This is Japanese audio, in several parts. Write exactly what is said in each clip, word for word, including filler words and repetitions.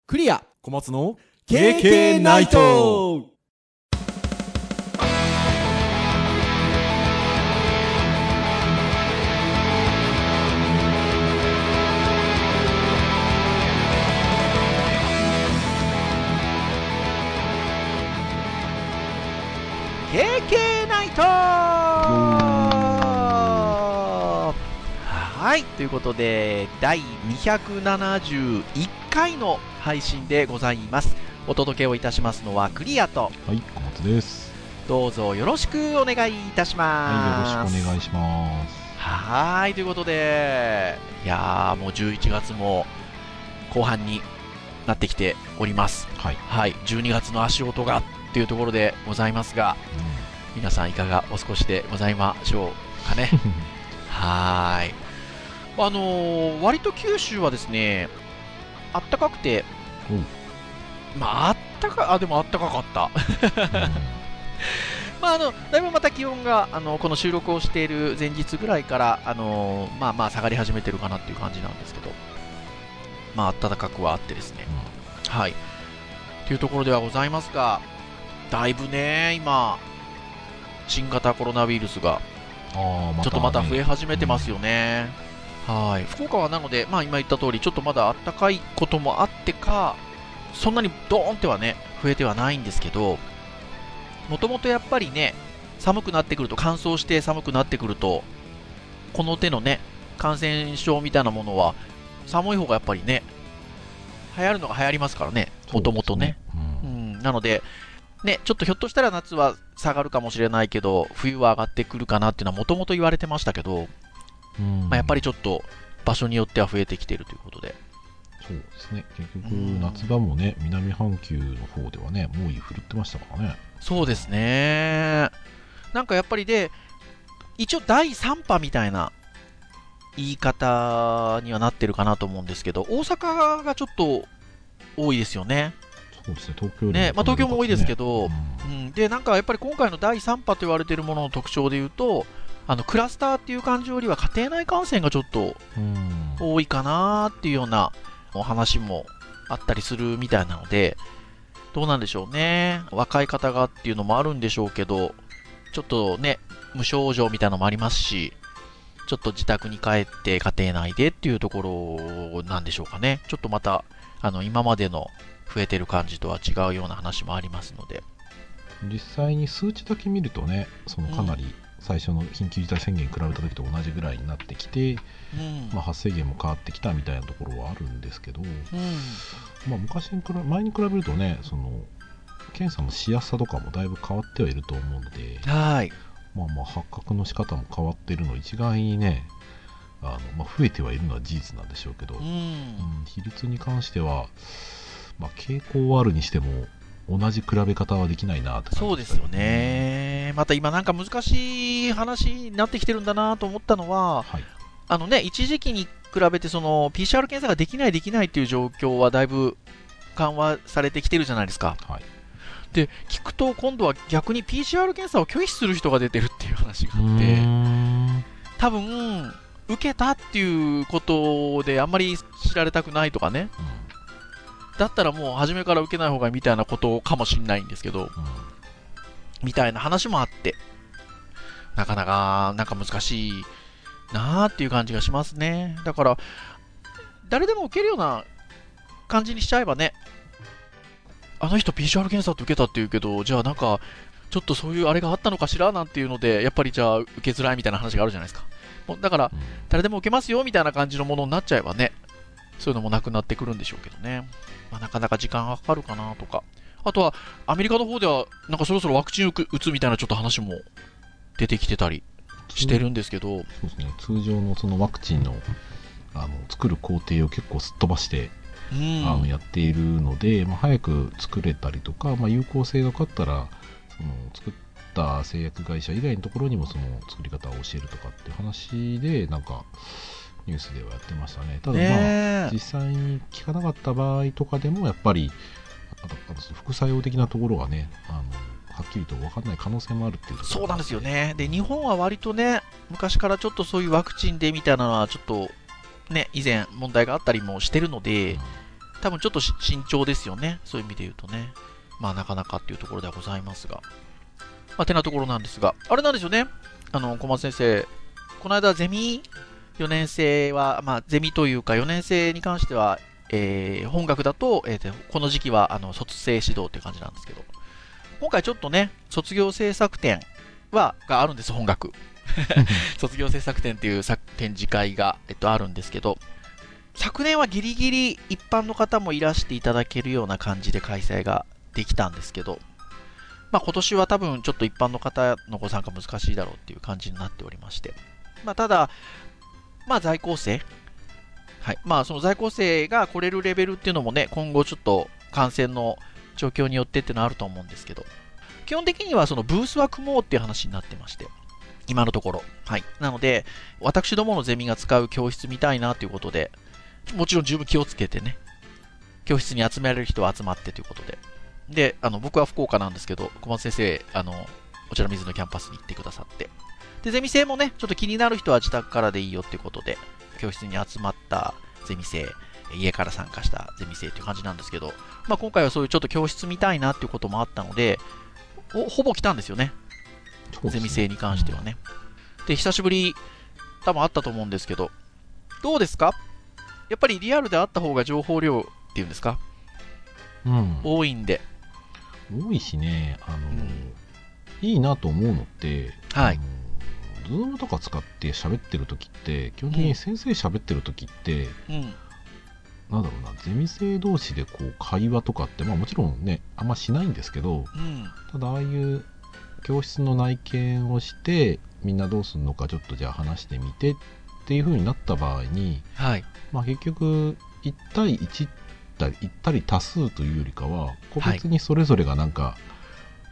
クリア小松の ケーケー ナイト。 ケーケー ナイト。はい、ということでだいにひゃくななじゅういっかいの配信でございます。お届けをいたしますのはクリアと、 はい、小松です。 どうぞよろしくお願いいたします。 はい、よろしくお願いします。 はい、ということで、いやーもうじゅういちがつも後半になってきております。 はい、 はい、じゅうにがつの足音がっていうところでございますが、うん、皆さんいかがお過ごしでございましょうかね。はーい、あのー、割と九州はですね、あったかくて、まああったかあでもあったかかった。まああのだいぶまた気温があのこの収録をしている前日ぐらいからあのー、まあまあ下がり始めてるかなっていう感じなんですけど、まあ暖かくはあってですね、うん、はいというところではございますが、だいぶね今新型コロナウイルスがちょっとまた増え始めてますよね。はい、福岡はなので、まあ、今言った通りちょっとまだ暖かいこともあってかそんなにドーンってはね増えてはないんですけど、もともとやっぱりね寒くなってくると、乾燥して寒くなってくるとこの手のね感染症みたいなものは寒い方がやっぱりね流行るのが流行りますからね、もともとね、うん、うん、なのでね、ちょっとひょっとしたら夏は下がるかもしれないけど冬は上がってくるかなっていうのはもともと言われてましたけど、まあ、やっぱりちょっと場所によっては増えてきているということで、 そうですね、結局夏場もね南半球の方ではね猛威振るってましたからね。 そうですね、なんかやっぱりで一応だいさん波みたいな言い方にはなってるかなと思うんですけど、大阪がちょっと多いですよね。 そうですね、東京ね、まあ、東京も多いですけど、うんうん、でなんかやっぱり今回のだいさん波と言われているものの特徴でいうと、あのクラスターっていう感じよりは家庭内感染がちょっと多いかなっていうようなお話もあったりするみたいなので、どうなんでしょうね、若い方がっていうのもあるんでしょうけど、ちょっとね無症状みたいなのもありますし、ちょっと自宅に帰って家庭内でっていうところなんでしょうかね。ちょっとまたあの今までの増えてる感じとは違うような話もありますので、 実際に数値だけ見るとね、そのかなり、うん最初の緊急事態宣言に比べた時と同じぐらいになってきて、うんまあ、発生源も変わってきたみたいなところはあるんですけど、うんまあ、昔に比べ前に比べるとね、その検査のしやすさとかもだいぶ変わってはいると思うので、 はいまあ、まあ発覚の仕方も変わっているの一概にねあの、まあ、増えてはいるのは事実なんでしょうけど、うんうん、比率に関しては、まあ、傾向はあるにしても同じ比べ方はできないなって感じですね。 そうですよね。また今なんか難しい話になってきてるんだなと思ったのは、はい、あのね一時期に比べてその ピーシーアール 検査ができないできないっていう状況はだいぶ緩和されてきてるじゃないですか、はい、で聞くと今度は逆に ピーシーアール 検査を拒否する人が出てるっていう話があって、多分受けたっていうことであんまり知られたくないとかね、うんだったらもう初めから受けない方がいいみたいなことかもしれないんですけど、うん、みたいな話もあって、なかなかなんか難しいなーっていう感じがしますね。だから誰でも受けるような感じにしちゃえばね、あの人 ピーシーアール 検査って受けたって言うけど、じゃあなんかちょっとそういうあれがあったのかしらなんていうので、やっぱりじゃあ受けづらいみたいな話があるじゃないですか。もうだから誰でも受けますよみたいな感じのものになっちゃえばね、そういうのもなくなってくるんでしょうけどね。まあ、なかなか時間がかかるかなとか、あとはアメリカの方ではなんかそろそろワクチン打つみたいなちょっと話も出てきてたりしてるんですけど、 そうですね、通常のそのワクチンの、あの作る工程を結構すっ飛ばして、うん、あのやっているので、まあ、早く作れたりとか、まあ、有効性が分かったらその作った製薬会社以外のところにもその作り方を教えるとかっていう話でなんかニュースではやってましたね。ただまあ実際に効かなかった場合とかでもやっぱりあとあと副作用的なところがねあのはっきりと分からない可能性もあるっていう。 そうなんですよね。で日本は割とね昔からちょっとそういうワクチンでみたいなのはちょっとね以前問題があったりもしてるので、うん、 多分ちょっと慎重ですよね。そういう意味で言うとね。まあなかなかっていうところではございますが。まあてなところなんですが、あれなんですよね。あの、小松先生、この間ゼミよねん生は、まあゼミというかよねん生に関しては、えー、本学だと、えー、この時期はあの卒生指導っていう感じなんですけど、今回ちょっとね、卒業制作展は、があるんです、本学。卒業制作展っていう展示会が、えっと、あるんですけど、昨年はギリギリ一般の方もいらしていただけるような感じで開催ができたんですけど、まあ今年は多分ちょっと一般の方のご参加難しいだろうっていう感じになっておりまして、まあただ、まあ在校生、はい、まあその在校生が来れるレベルっていうのもね、今後ちょっと感染の状況によってっていうのはあると思うんですけど、基本的にはそのブースは組もうっていう話になってまして、今のところ。はい。なので、私どものゼミが使う教室みたいなということで、もちろん十分気をつけてね、教室に集められる人は集まってということで。で、あの、僕は福岡なんですけど、小松先生、あの、こちら水のキャンパスに行ってくださって。で、ゼミ生もね、ちょっと気になる人は自宅からでいいよっていうことで、教室に集まったゼミ生、家から参加したゼミ生っていう感じなんですけど、まあ今回はそういうちょっと教室みたいなっていうこともあったので、ほ, ほぼ来たんですよね。ゼミ生に関してはね。で、久しぶり、多分あったと思うんですけど、どうですか？やっぱりリアルであった方が情報量っていうんですか、 うん、 多いんで。 多いしね、あの、うん、いいなと思うのって、 はい。 ズームとか使って喋ってる時って、基本的に先生喋ってる時って、うん、なんだろうな、ゼミ生同士でこう会話とかって、まあもちろんね、あんましないんですけど、うん、ただああいう教室の内見をしてみんなどうするのかちょっとじゃあ話してみてっていう風になった場合に、はい、まあ結局いち対いち対いち対多数というよりかは個別にそれぞれがなんか、はい、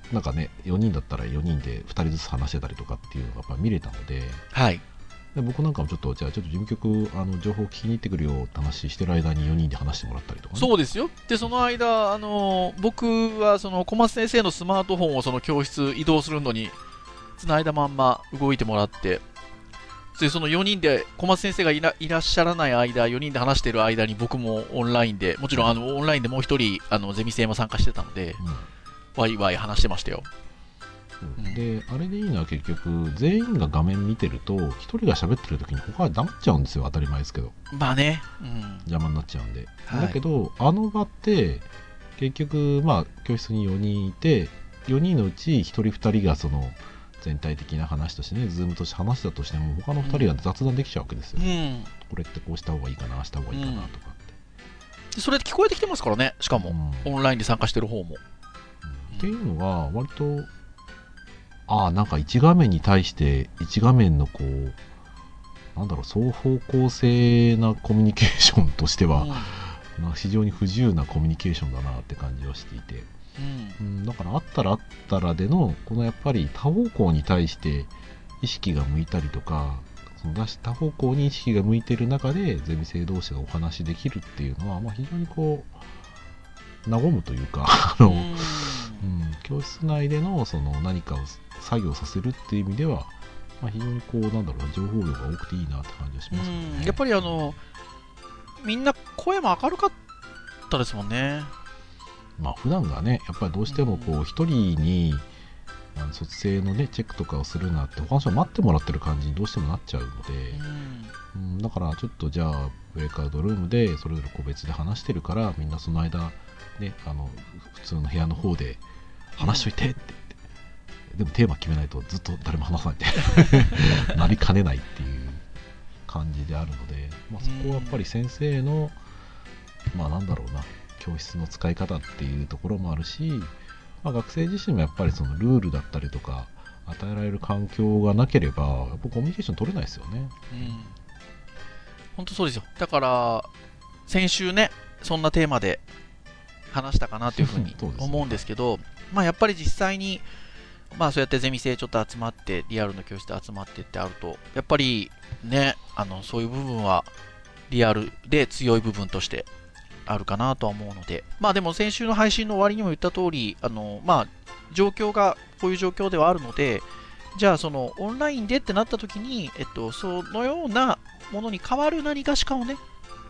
なんかねよにんだったらよにんでふたりずつ話してたりとかっていうのがやっぱ見れたので、はい、で僕なんかもちょっとじゃあちょっと事務局あの情報を聞きに行ってくるよって話してる間によにんで話してもらったりとか、ね、 そうですよ。でその間あの僕はその小松先生のスマートフォンをその教室移動するのにつないだまんま動いてもらって、でそのよにんで小松先生が い, らいらっしゃらない間、よにんで話してる間に僕もオンラインで、もちろんあのオンラインでもう一人あのゼミ生も参加してたので、うん、ワイワイ話してましたよ。 うん、であれでいいのは結局全員が画面見てるとひとりが喋ってる時に他は黙っちゃうんですよ。当たり前ですけど、 まあね、うん、 邪魔になっちゃうんで、はい、だけどあの場って結局まあ教室によにんいてよにんのうちひとりふたりがその全体的な話としてね、ズームとして話したとしても他のふたりが雑談できちゃうわけですよ、うん、これってこうした方がいいかな、した方がいいかなとかって、 うん、それって聞こえてきてますからね。しかも、うん、オンラインで参加してる方も、 うん、っていうのが割とああなんかいち画面に対していち画面のこうなんだろう双方向性なコミュニケーションとしては、うん、まあ非常に不自由なコミュニケーションだなって感じをしていて、うんうん、だからあったらあったらでのこのやっぱり多方向に対して意識が向いたりとか、その多方向に意識が向いている中でゼミ生同士がお話できるっていうのは、まあ、非常にこう和むというかあの、うんうん、教室内でのその何かを作業させるっていう意味では、まあ、非常にこうなんだろうな情報量が多くていいなって感じがしますね。 うんやっぱりあのみんな声も明るかったですもんね。 まあ普段がねやっぱりどうしてもこう一人にあの卒生のねチェックとかをするなって他の人は待ってもらってる感じにどうしてもなっちゃうので、うん、だからちょっとじゃあブレイクアウトルームでそれぞれ個別で話してるからみんなその間ねあの普通の部屋の方で話しといてって言って、うん、でもテーマ決めないとずっと誰も話さないってなりかねないっていう感じであるので、まあ、そこはやっぱり先生のまあなんだろうな教室の使い方っていうところもあるし、まあ、学生自身もやっぱりそのルールだったりとか与えられる環境がなければやっぱコミュニケーション取れないですよね。 うん、本当そうですよ。だから先週ねそんなテーマで話したかなというふうに思うんですけど、まあやっぱり実際にまあそうやってゼミ生ちょっと集まってリアルの教室で集まってってあるとやっぱりねあのそういう部分はリアルで強い部分としてあるかなとは思うので、まあでも先週の配信の終わりにも言った通り、あのまあ状況がこういう状況ではあるので、じゃあそのオンラインでってなった時に、えっとそのようなものに変わる何かしかをね、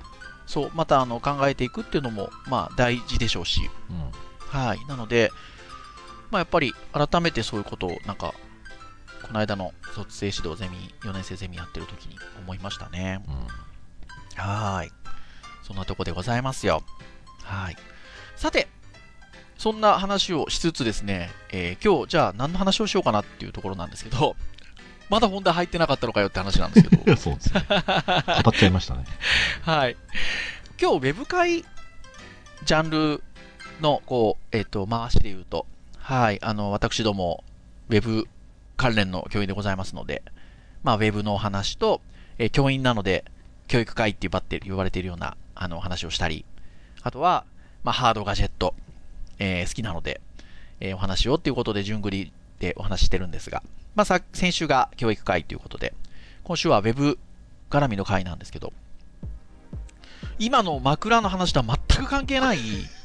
そうまたあの考えていくっていうのもまあ大事でしょうし、うん、はい、なので、まあ、やっぱり改めてそういうことをなんかこの間の卒生指導ゼミよねん生ゼミやってる時に思いましたね、うん、はい、そんなとこでございますよ。はい、さてそんな話をしつつですね、えー、今日じゃあ何の話をしようかなっていうところなんですけど、まだ本題入ってなかったのかよって話なんですけどそうですね、語っちゃいましたねはい、今日ウェブ会ジャンルのこう、えー、と回しで言うと、はい、あの私どもウェブ関連の教員でございますので、まあ、ウェブのお話と、えー、教員なので教育会って言われているようなあの話をしたり、あとは、まあ、ハードガジェット、えー、好きなので、えー、お話をっていうことで順繰りでお話してるんですが、まあ、さ先週が教育会ということで、今週はウェブ絡みの会なんですけど、今の枕の話とは全く関係ない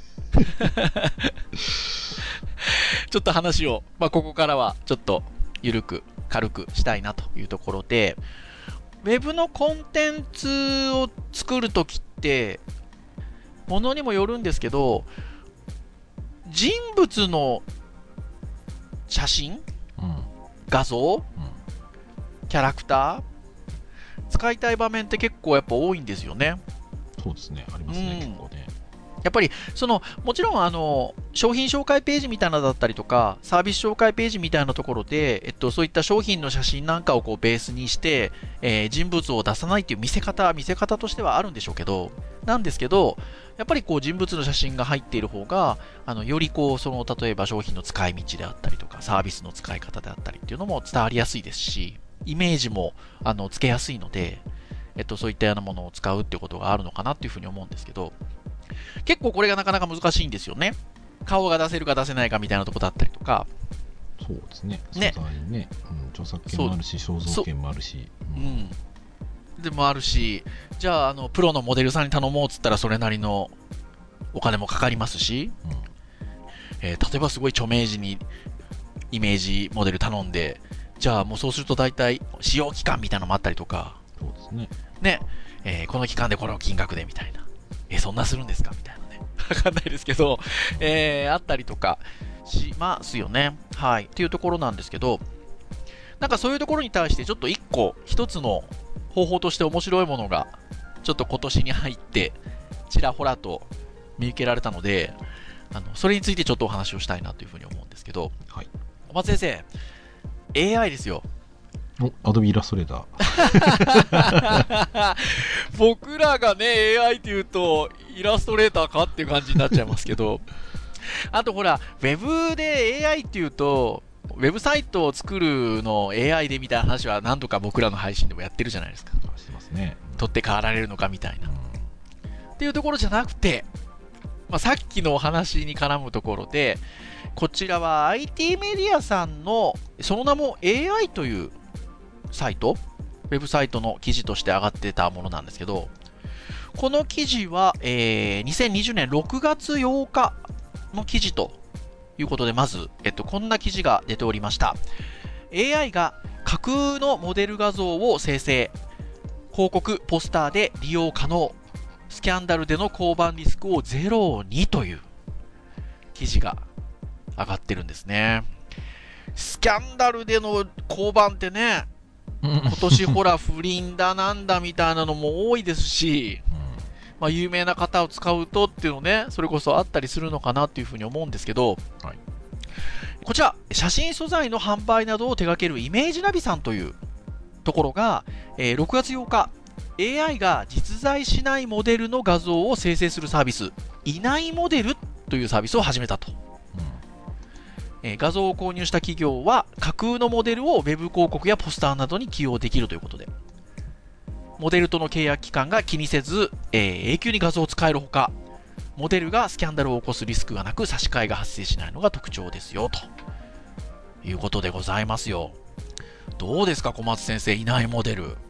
ちょっと話を、まあ、ここからはちょっとゆるく軽くしたいなというところで、ウェブのコンテンツを作るときってものにもよるんですけど、人物の写真、うん、画像、うん、キャラクター使いたい場面って結構やっぱ多いんですよね。 そうですね、ありますね、うん、結構ね。 やっぱりそのもちろんあの商品紹介ページみたいなのだったりとかサービス紹介ページみたいなところで、えっと、そういった商品の写真なんかをこうベースにして、えー、人物を出さないっていう見せ方見せ方としてはあるんでしょうけど、なんですけどやっぱりこう人物の写真が入っている方があのよりこうその例えば商品の使い道であったりとかサービスの使い方であったりっていうのも伝わりやすいですし、イメージもあのつけやすいので、えっと、そういったようなものを使うっていうことがあるのかなっていうふうに思うんですけど、結構これがなかなか難しいんですよね。顔が出せるか出せないかみたいなところだったりとか。 そうですね。ね、素材ね、うん、著作権もあるし、肖像権もあるし、 うん、でもあるし、じゃあ、あのプロのモデルさんに頼もうっつったらそれなりのお金もかかりますし、うん、えー、例えばすごい著名人にイメージモデル頼んで、じゃあもうそうすると大体使用期間みたいなのもあったりとか、 そうですね。 ね、えー、この期間でこの金額でみたいな。え、そんなするんですかみたいなね。わかんないですけど、えー、あったりとかしますよね。はい。っていうところなんですけど、なんかそういうところに対してちょっと一個、一つの方法として面白いものが、ちょっと今年に入って、ちらほらと見受けられたので、あの、それについてちょっとお話をしたいなというふうに思うんですけど、はい。小松先生、エーアイ ですよ。 アドビイラストレーター僕らがね エーアイ っていうとイラストレーターかっていう感じになっちゃいますけどあとほらウェブで エーアイ っていうとウェブサイトを作るの エーアイ でみたいな話は何度か僕らの配信でもやってるじゃないですか。 してますね。 取って代わられるのかみたいな、うん、っていうところじゃなくて、まあ、さっきのお話に絡むところで、こちらは アイティー メディアさんのその名も エーアイ というサイト、ウェブサイトの記事として上がってたものなんですけど、この記事は、えー、にせんにじゅうねんろくがつようかの記事ということで、まず、えっと、こんな記事が出ておりました。エーアイ が架空のモデル画像を生成、広告、ポスターで利用可能、スキャンダルでの降板リスクをゼロにという記事が上がってるんですね。スキャンダルでの降板ってね、今年ほら不倫だなんだみたいなのも多いですし、まあ、有名な方を使うとっていうのね、それこそあったりするのかなっていうふうに思うんですけど、はい、こちら写真素材の販売などを手掛けるイメージナビさんというところが、えー、ろくがつようか エーアイ が実在しないモデルの画像を生成するサービス、いないモデルというサービスを始めたと。えー、画像を購入した企業は架空のモデルをウェブ広告やポスターなどに起用できるということで、モデルとの契約期間が気にせず、えー、永久に画像を使えるほか、モデルがスキャンダルを起こすリスクがなく差し替えが発生しないのが特徴ですよということでございますよ。どうですか小松先生、いないモデル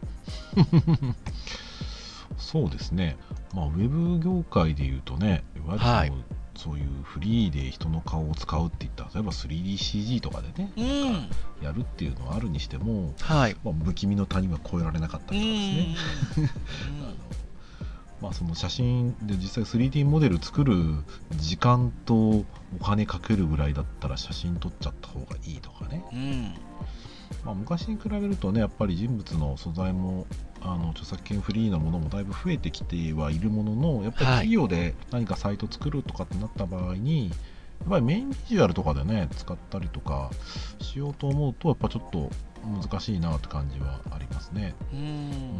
そうですね、まあ、ウェブ業界でいうとね、いわゆる、はい、そういうフリーで人の顔を使うっていったら、例えば スリーディーシージー とかでね、うん、なんかやるっていうのはあるにしても、はい、まあ、不気味の谷は越えられなかったりとかですねあのまあ、その写真で実際 スリーディー モデル作る時間とお金かけるぐらいだったら写真撮っちゃった方がいいとかね、 うんまあ、昔に比べるとねやっぱり人物の素材もあの著作権フリーなものもだいぶ増えてきてはいるもののやっぱり企業で何かサイト作るとかってなった場合に、はい、やっぱりメインビジュアルとかでね使ったりとかしようと思うとやっぱちょっと難しいなって感じはありますね。 うん、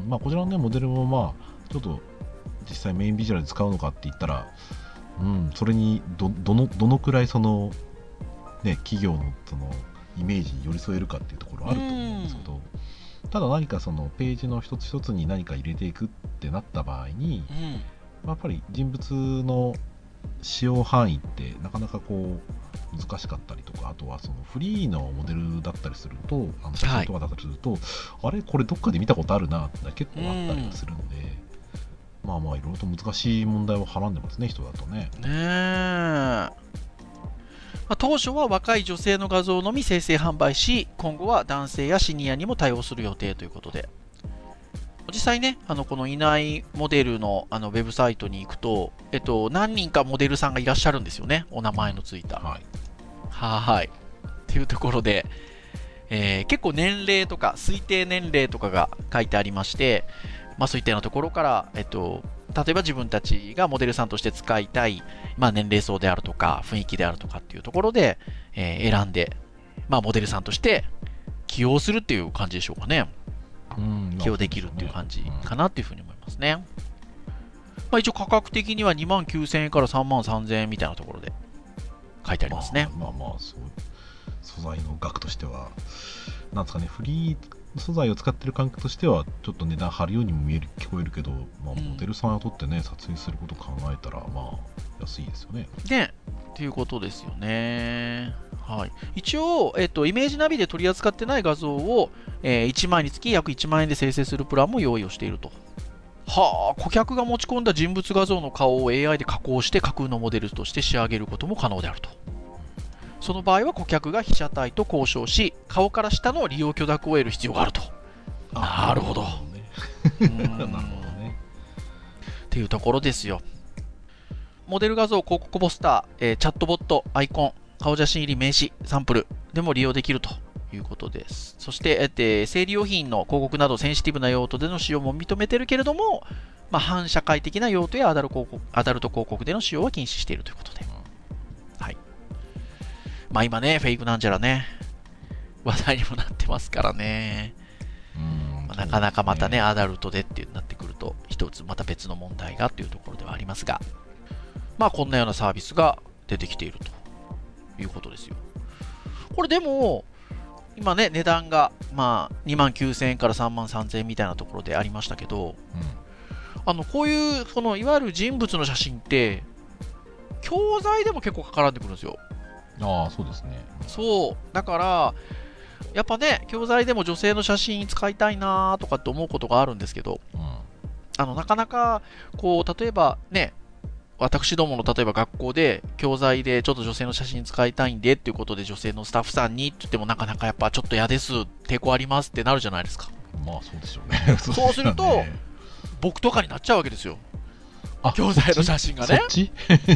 まあ、こちらの、ね、モデルもまあちょっと実際メインビジュアルで使うのかって言ったら、うん、それに ど, ど, のどのくらいその、ね、企業のそのイメージに寄り添えるかっていうところあると思うんですけど、ただ何かそのページの一つ一つに何か入れていくってなった場合に、うん、やっぱり人物の使用範囲ってなかなかこう難しかったりとか、あとはそのフリーのモデルだったりすると、あの写真とかだったりすると、はい、あれこれどっかで見たことあるなって結構あったりはするので、うん、まあまあいろいろと難しい問題をはらんでますね、人だとね。 ねえ。当初は若い女性の画像のみ生成販売し、今後は男性やシニアにも対応する予定ということで、実際ね、あのこのいないモデルのあのウェブサイトに行くと、えっと、何人かモデルさんがいらっしゃるんですよね、お名前のついた。はい。はい。っていうところで、えー、結構年齢とか推定年齢とかが書いてありまして、まあ、そういったようなところから、えっと、例えば自分たちがモデルさんとして使いたい、まあ、年齢層であるとか雰囲気であるとかっていうところで、えー、選んで、まあ、モデルさんとして起用するっていう感じでしょうかね。うん、起用できるっていう感じかなっていうふうに思いますね。まあ、一応価格的にはにまんきゅうせんえんからさんまんさんぜんえんみたいなところで書いてありますね。 まあまあまあ、そう素材の額としてはなんですかね、フリー素材を使ってる感覚としてはちょっと値段張るようにも見える聞こえるけど、まあ、モデルさんを取ってね、うん、撮影することを考えたらまあ安いですよね。 ねっていうことですよね。はい、一応、えっと、イメージナビで取り扱ってない画像を、えー、いちまいにつき約いちまんえんで生成するプランも用意をしていると。はあ、顧客が持ち込んだ人物画像の顔を エーアイ で加工して架空のモデルとして仕上げることも可能であると。その場合は顧客が被写体と交渉し、顔から下の利用許諾を得る必要があると。なるほど。なるほどね。っていうところですよ。モデル画像、広告ポスター、えー、チャットボット、アイコン、顔写真入り名刺、サンプルでも利用できるということです。そして、えー、生理用品の広告などセンシティブな用途での使用も認めてるけれども、まあ、反社会的な用途やアダル広告、アダルト広告での使用は禁止しているということで。はい。まあ今ね、フェイクなんちゃらね、話題にもなってますからね。うんまあ、なかなかまたね、アダルトでってなってくると、一つまた別の問題がというところではありますが、まあこんなようなサービスが出てきているということですよ。これでも、今ね、値段がまあにまんきゅうせんえんからさんまんさんぜんえんみたいなところでありましたけど、うん、あのこういうそのいわゆる人物の写真って、教材でも結構かからんでくるんですよ。 ああ、そうですね。 そう。だから、やっぱね、教材でも女性の写真使いたいなとかって思うことがあるんですけど、うん、あのなかなか、こう、例えばね、私どもの例えば学校で教材でちょっと女性の写真使いたいんでっていうことで女性のスタッフさんにって言ってもなかなかやっぱちょっと嫌です、抵抗ありますってなるじゃないですか。 まあそうですよね。 そうすると、僕とかになっちゃうわけですよ。教材の写真がね。 そっち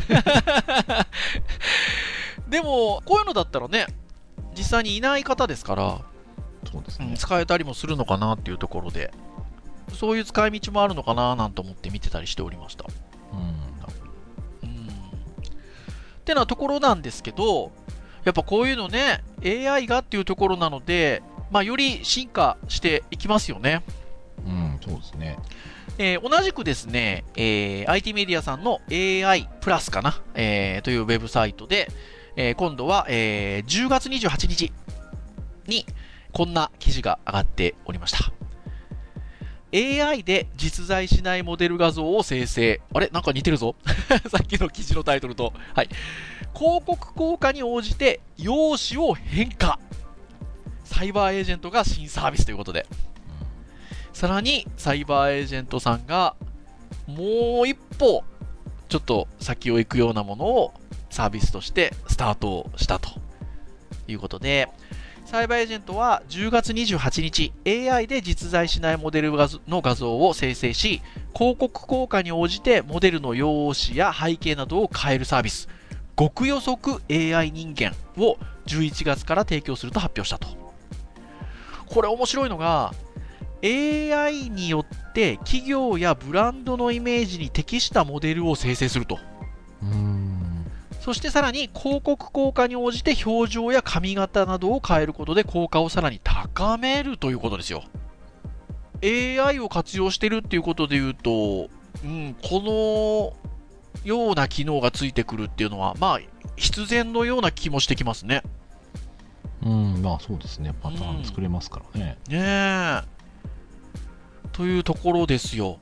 でも、こういうのだったらね、実際にいない方ですから、 そうですね、 うん、使えたりもするのかなっていうところで、そういう使い道もあるのかななんて思って見てたりしておりました。うん。うん。ってなところなんですけど、やっぱこういうのね、エーアイ がっていうところなので、まあ、より進化していきますよね。 うん、そうですね。 えー、同じくですね、えー、アイティー メディアさんの エーアイ プラスかな、えー、というウェブサイトで、えー、今度は、えー、じゅうがつにじゅうはちにちにこんな記事が上がっておりました。エーアイ で実在しないモデル画像を生成。あれなんか似てるぞさっきの記事のタイトルと。はい。広告効果に応じて容姿を変化。サイバーエージェントが新サービスということで。さらにサイバーエージェントさんがもう一歩ちょっと先を行くようなものをサービスとしてスタートしたということで、 サイバーエージェントはじゅうがつにじゅうはちにち エーアイ で実在しないモデルの画像を生成し、広告効果に応じてモデルの容姿や背景などを変えるサービス、極予測 エーアイ 人間をじゅういちがつから提供すると発表したと。これ面白いのが エーアイ によって企業やブランドのイメージに適したモデルを生成すると。 うーんそしてさらに広告効果に応じて表情や髪型などを変えることで効果をさらに高めるということですよ。 エーアイ を活用してるっていうことでいうと、うん、このような機能がついてくるっていうのはまあ必然のような気もしてきますね。 うんまあそうですね、パターン作れますからね、 うん、ねえというところですよ。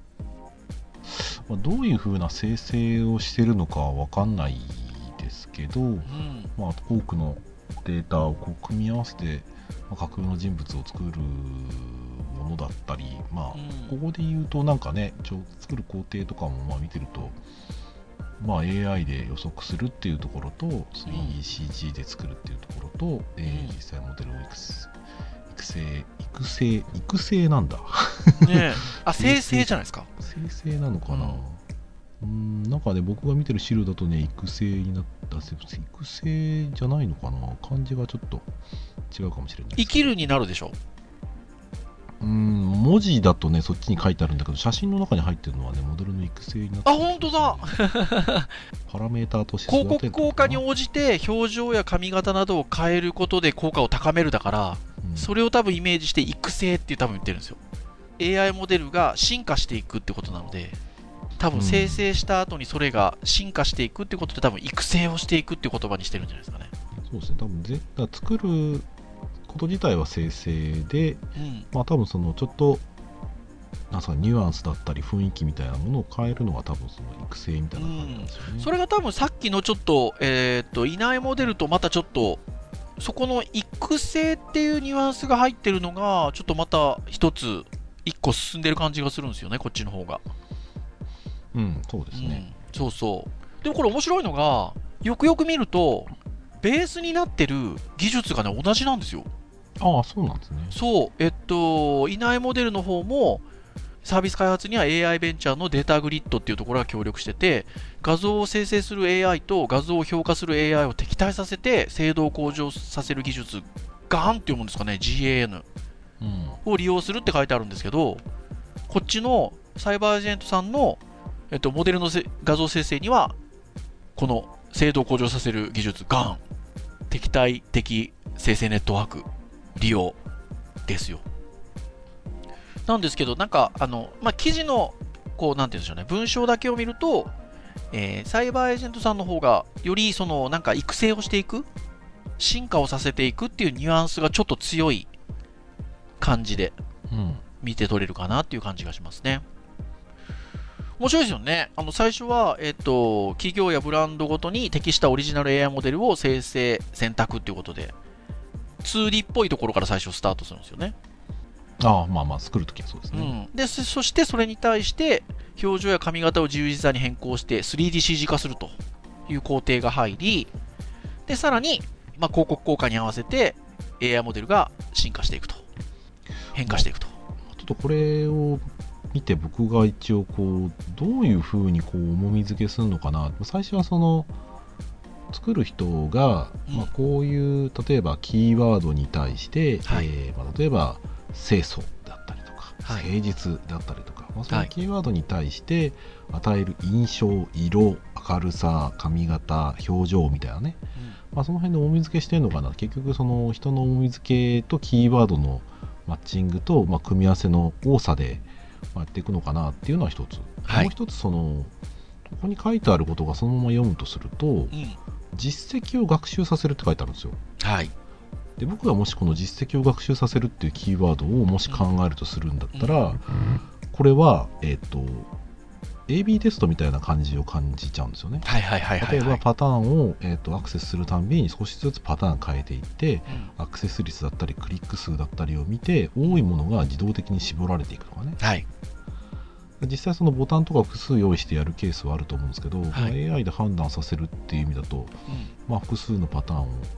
どういう風な生成をしてるのかは分かんないですけど、 うんまあ、多くのデータをこう組み合わせて、まあ、架空の人物を作るものだったり、まあうんここで言うとなんかねちょ作る工程とかもまあ見てると、まあ、エーアイ で予測するっていうところと スリーディーシージー で作るっていうところと、えー実際モデルを育成育成育成育成なんだねえあ生成じゃないですか。 生成なのかな、うん、なんかね僕が見てる資料だとね育成になった育成じゃないのかな、漢字がちょっと違うかもしれないです。 生きるになるでしょ。 うん文字だとねそっちに書いてあるんだけど、写真の中に入ってるのはねモデルの育成になってある。 本当だパラメーターとして広育てる告効果に応じて表情や髪型などを変えることで効果を高めるだから、 うん、 それを多分イメージして育成って多分言ってるんですよ。 エーアイ モデルが進化していくってことなので、多分生成した後にそれが進化していくってことで多分育成をしていくって言葉にしてるんじゃないですかね。 そうですね、多分ぜだから作ること自体は生成で、 うんまあ多分そのちょっとなんすかニュアンスだったり雰囲気みたいなものを変えるのが多分その育成みたいな感じなんですよね。 それが多分さっきのちょっと、えーっといないモデルとまたちょっとそこの育成っていうニュアンスが入ってるのがちょっとまた一つ一個進んでる感じがするんですよね、こっちの方が。 うんそうですね、 うん、そうそうでもこれ面白いのがよくよく見るとベースになってる技術がね同じなんですよ。 ああそうなんですね。 そうえっといないモデルの方もサービス開発には エーアイ ベンチャーのデータグリッドっていうところが協力してて、画像を生成する エーアイ と画像を評価する エーアイ を敵対させて精度を向上させる技術 ガン っていうもんですかね ジーエーエヌうん、 を利用するって書いてあるんですけど、こっちのサイバーエージェントさんの、えっと、モデルの画像生成にはこの精度を向上させる技術 ガン 敵対的生成ネットワーク利用ですよ。なんですけどなんかあの、まあ、記事のこうなんていうんでしょうね、文章だけを見ると、えー、サイバーエージェントさんの方がよりそのなんか育成をしていく進化をさせていくっていうニュアンスがちょっと強い感じでうん見て取れるかなっていう感じがしますね。面白いですよね。あの最初は、えっと、企業やブランドごとに適したオリジナル エーアイ モデルを生成選択っていうことで ツーディー っぽいところから最初スタートするんですよね。 ああまあまあ作るときはそうですね、 うん、でそそしてそれに対して表情や髪型を自由自在に変更して スリーディーシージー 化するという工程が入り、でさらに、まあ、広告効果に合わせて エーアイ モデルが進化していくと変化していくと。 ちょっとこれを見て僕が一応こうどういうふうにこう重み付けするのかな。最初はその作る人が、 うんまあ、こういう例えばキーワードに対して、 はいえーまあ、例えば清楚だったりとか、 はい誠実だったりとか、まあ、そのはいキーワードに対して与える印象、色、明るさ、髪型、表情みたいなね、まあ、その辺で重み付けしてるのかな。結局その人の重み付けとキーワードのマッチングと、まあ、組み合わせの多さでやっていくのかなっていうのは一つ、 はいもう一つそのここに書いてあることがそのまま読むとすると、 うんうん実績を学習させるって書いてあるんですよ。 はいで僕がもしこの実績を学習させるっていうキーワードをもし考えるとするんだったら、これは、えっと エービー テストみたいな感じを感じちゃうんですよね。 はいはいはいはいはい例えばパターンを、えっとアクセスするたんびに少しずつパターン変えていってうんアクセス率だったりクリック数だったりを見て多いものが自動的に絞られていくとかね。 はい実際そのボタンとか複数用意してやるケースはあると思うんですけど、 はいまあ エーアイ で判断させるっていう意味だと、 うんまあ、複数のパターンを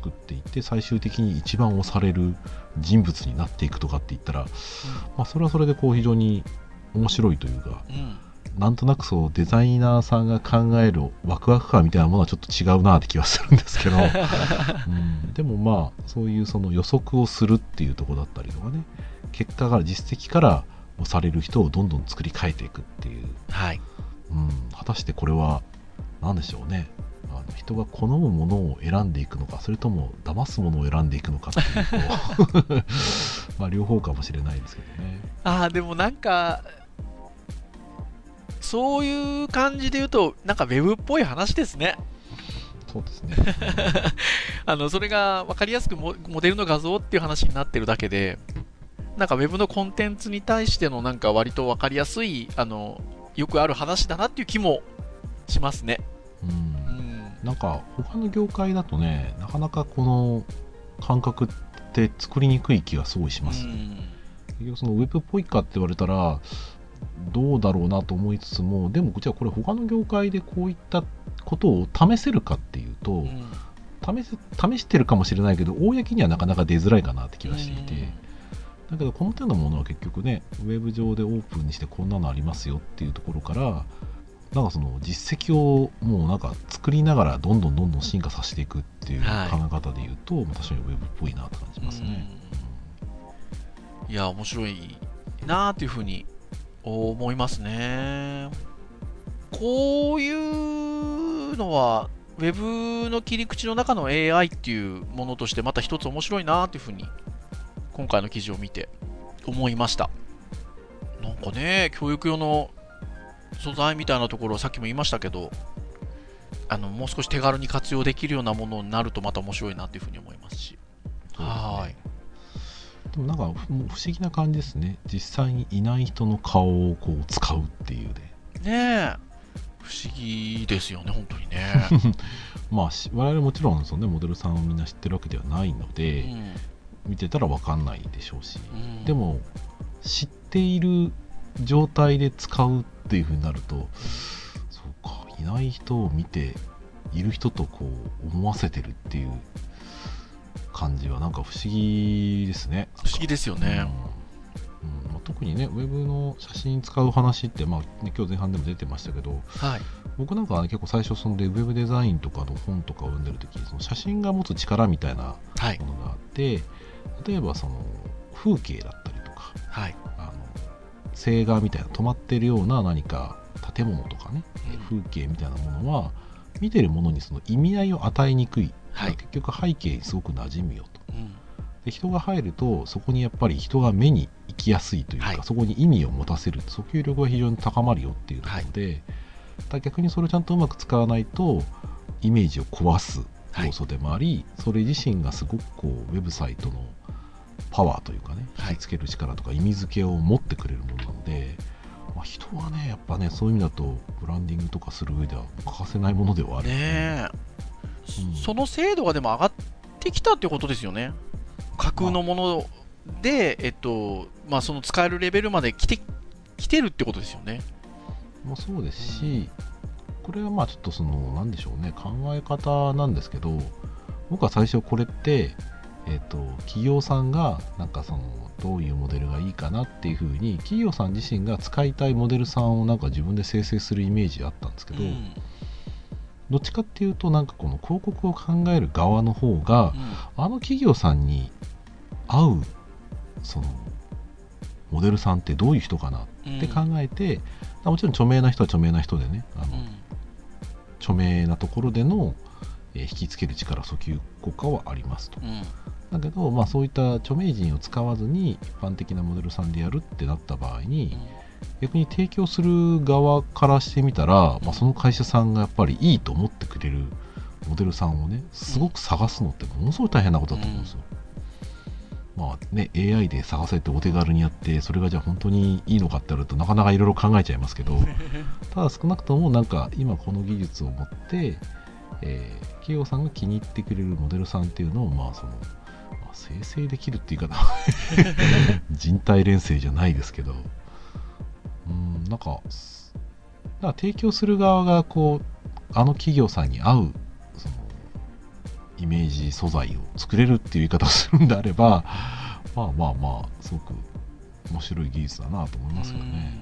作っていって最終的に一番押される人物になっていくとかって言ったら、うん、まあ、それはそれでこう非常に面白いというか、うん、なんとなくそうデザイナーさんが考えるワクワク感みたいなものはちょっと違うなって気はするんですけど、うん、でもまあそういうその予測をするっていうところだったりとかね、結果から実績から押される人をどんどん作り変えていくっていう、 はい、 うん、果たしてこれは何でしょうね、あの人が好むものを選んでいくのか、それとも騙すものを選んでいくのかっていうとまあ両方かもしれないですけどね。 ああ、でもなんかそういう感じで言うとなんかウェブっぽい話ですね。 そうですねあのそれが分かりやすく モ, モデルの画像っていう話になってるだけで、なんかウェブのコンテンツに対してのなんか割と分かりやすい、あのよくある話だなっていう気もしますね。 うん、うん、なんか他の業界だとね、なかなかこの感覚って作りにくい気がすごいします、ね。うん、結局そのウェブっぽいかって言われたらどうだろうなと思いつつも、でもじゃあこれ他の業界でこういったことを試せるかっていうと、うん、試せ試してるかもしれないけど公にはなかなか出づらいかなって気がしていて、うん、だけどこの手のものは結局ね、ウェブ上でオープンにしてこんなのありますよっていうところから、なんかその実績をもうなんか作りながらどんどんどんどん進化させていくっていう考え方でいうと、はい、確かにウェブっぽいなって感じますね。 うん、いや面白いなっていうふうに思いますね。こういうのはウェブの切り口の中の エーアイ っていうものとしてまた一つ面白いなっていうふうに今回の記事を見て思いました。なんかね、教育用の素材みたいなところ、さっきも言いましたけど、あのもう少し手軽に活用できるようなものになるとまた面白いなというふうに思いますし、はい。 でもなんか不思議な感じですね。実際にいない人の顔をこう使うっていうで。ねえ、不思議ですよね、本当にね。 まあ我々もちろんその、ね、モデルさんをみんな知ってるわけではないので、うん、見てたら分かんないでしょうし、うん、でも知っている状態で使うっていう風になると、うん、そうか、いない人を見ている人とこう思わせてるっていう感じはなんか不思議ですね。 不思議ですよね。うんうん、 まあ、特にねウェブの写真使う話って、まあね、今日前半でも出てましたけど、はい、僕なんかは、ね、結構最初そのでウェブデザインとかの本とかを読んでる時にその写真が持つ力みたいなものがあって、はい、例えばその風景だったりとか、はい、あの静画みたいな止まってるような何か建物とかね、うん、風景みたいなものは見てるものにその意味合いを与えにくい、はい、結局背景にすごく馴染むよと、うん、で人が入るとそこにやっぱり人が目に行きやすいというか、はい、そこに意味を持たせる訴求力が非常に高まるよっていうので、はい、だ逆にそれをちゃんとうまく使わないとイメージを壊す要素でもあり、はい、それ自身がすごくこうウェブサイトのパワーというかね、引きつける力とか意味付けを持ってくれるものなので、まあ、人はねやっぱねそういう意味だとブランディングとかする上では欠かせないものではある、ねねうん、その精度がでも上がってきたってことですよね。架空のもので、えっとまあ、その使えるレベルまで来てきてるってことですよね。 まあ、そうですし、うん、これはまあちょっとそのなんでしょうね、考え方なんですけど、僕は最初これってえー、と企業さんがなんかそのどういうモデルがいいかなっていう風に企業さん自身が使いたいモデルさんをなんか自分で生成するイメージあったんですけど、うん、どっちかっていうとなんかこの広告を考える側の方が、うん、あの企業さんに合うそのモデルさんってどういう人かなって考えて、うん、もちろん著名な人は著名な人でね、あの、うん、著名なところでの引きつける力、訴求効果はありますと、うん、だけど、まあ、そういった著名人を使わずに一般的なモデルさんでやるってなった場合に、うん、逆に提供する側からしてみたら、うんまあ、その会社さんがやっぱりいいと思ってくれるモデルさんをねすごく探すのってものすごい大変なことだと思うんですよ、うんまあね、エーアイ で探せてお手軽にやってそれがじゃあ本当にいいのかって言われるとなかなかいろいろ考えちゃいますけどただ少なくともなんか今この技術を持ってえー、企業さんが気に入ってくれるモデルさんっていうのを、まあそのまあ、生成できるって言い方人体錬成じゃないですけど、うんなんか、なんか提供する側がこうあの企業さんに合うそのイメージ素材を作れるっていう言い方をするんであれば、まあまあまあすごく面白い技術だなと思いますけどね。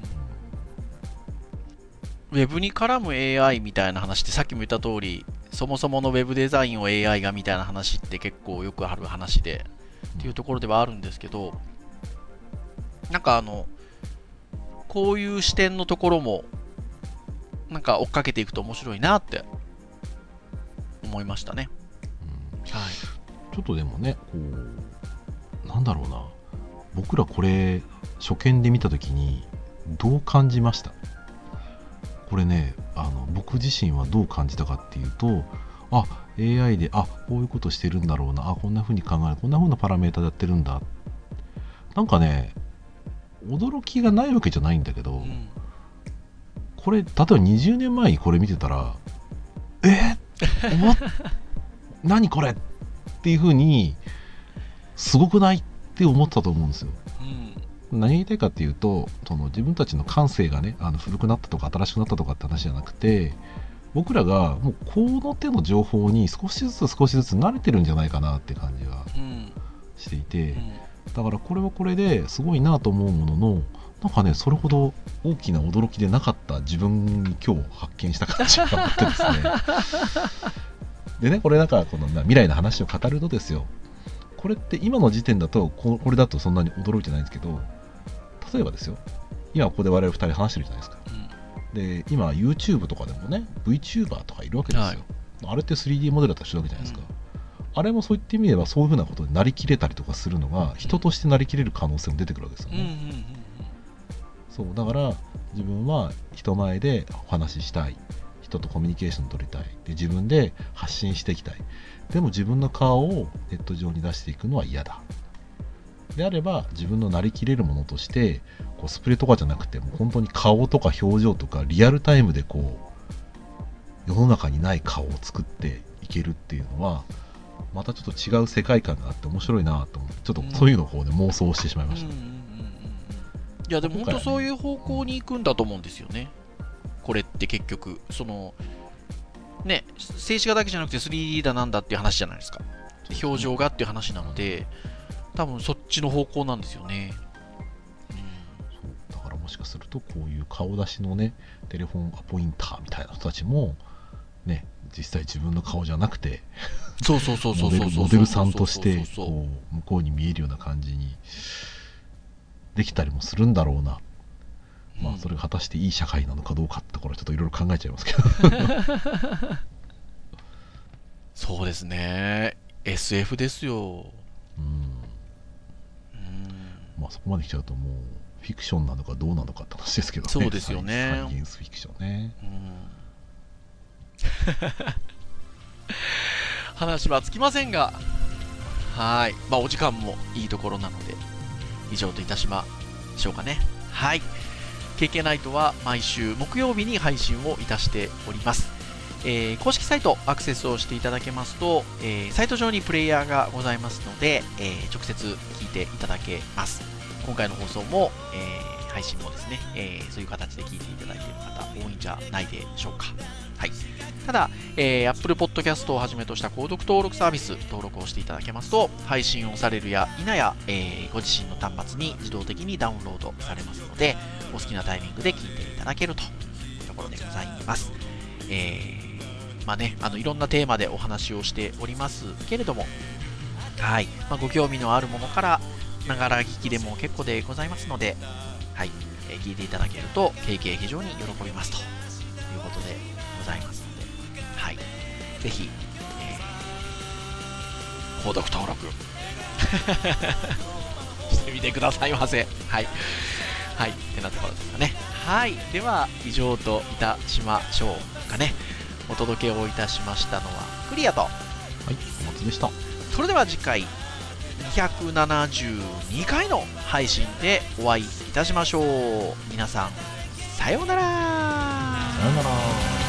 ウェブに絡む エーアイ みたいな話ってさっきも言った通り、そもそものウェブデザインを エーアイ がみたいな話って結構よくある話で、うん、っていうところではあるんですけど、なんかあのこういう視点のところもなんか追っかけていくと面白いなって思いましたね。 うん、はい。ちょっとでもね、こうなんだろうな、僕らこれ初見で見たときにどう感じました？これね、あの僕自身はどう感じたかっていうと、あ エーアイ であこういうことしてるんだろうな、あこんな風に考える、こんな風なパラメータでやってるんだ、なんかね驚きがないわけじゃないんだけど、うん、これ例えばにじゅうねんまえにこれ見てたらえっ何これっていう風にすごくないって思ったと思うんですよ。うん、何言いたいかっていうと、その自分たちの感性がねあの古くなったとか新しくなったとかって話じゃなくて、僕らがもうこの手の情報に少しずつ少しずつ慣れてるんじゃないかなって感じがしていて、うんうん、だからこれはこれですごいなと思うものの、なんかねそれほど大きな驚きでなかった自分に今日発見した感じがあってですねでね、これなんかこの未来の話を語るとですよ、これって今の時点だとこれだとそんなに驚いてないんですけど、例えばですよ、今ここで我々ふたり話してるじゃないですか、うん、で今 YouTube とかでもね VTuber とかいるわけですよ、はい、あれって スリーディー モデルだったりするわけじゃないですか、うん、あれもそう言ってみればそういうふうなことになりきれたりとかするのが人としてなりきれる可能性も出てくるわけですよね、うんうんうんうん、そうだから自分は人前でお話ししたい、人とコミュニケーション取りたい、で自分で発信していきたい、でも自分の顔をネット上に出していくのは嫌だ、であれば自分のなりきれるものとしてコスプレとかじゃなくても本当に顔とか表情とかリアルタイムでこう世の中にない顔を作っていけるっていうのはまたちょっと違う世界観があって面白いなと思って、ちょっとそういうのをこう、ね、妄想してしまいました、うんうんうんうん、 いやでも本当そういう方向に行くんだと思うんですよね、これって結局そのね、静止画だけじゃなくて スリーディー だなんだっていう話じゃないですか、表情がっていう話なので多分そっちの方向なんですよね、うん、 そうだからもしかするとこういう顔出しのねテレフォンアポインターみたいな人たちもね実際自分の顔じゃなくてそうそうそうそうそうモデルさんとしてこう向こうに見えるような感じにできたりもするんだろうな、まあそれが果たしていい社会なのかどうかってところはちょっといろいろ考えちゃいますけどそうですね エスエフ ですよ、うん、 まあそこまで来ちゃうともうフィクションなのかどうなのかって話ですけどね。 そうですよね、 サイエンスフィクションね、うん、 話はつきませんが、はい、まあお時間もいいところなので以上といたしましょうかね。はい、 ケーケー ナイトは毎週木曜日に配信をいたしております。えー、公式サイトアクセスをしていただけますと、えー、サイト上にプレイヤーがございますので、えー、直接聞いていただけます。今回の放送も、えー、配信もですね、えー、そういう形で聞いていただいている方多いんじゃないでしょうか。はい、ただ、えー、Apple Podcast をはじめとした購読登録サービス登録をしていただけますと配信をされるや否や、えー、ご自身の端末に自動的にダウンロードされますのでお好きなタイミングで聞いていただけるというところでございます。えーまあね、あのいろんなテーマでお話をしておりますけれども、はい、まあ、ご興味のあるものからながら聞きでも結構でございますので、はい、えー、聞いていただけるとケーケー非常に喜びますということでございますので、はい、ぜひ、えー、購読登録してみてくださいませ。はい、はい、ってなところですかね。はい、では以上といたしましょうかね。お届けをいたしましたのはクリアと、はい、 お松でした。 それでは次回にひゃくななじゅうにかいの配信でお会いいたしましょう。皆さんさようなら。 さようなら。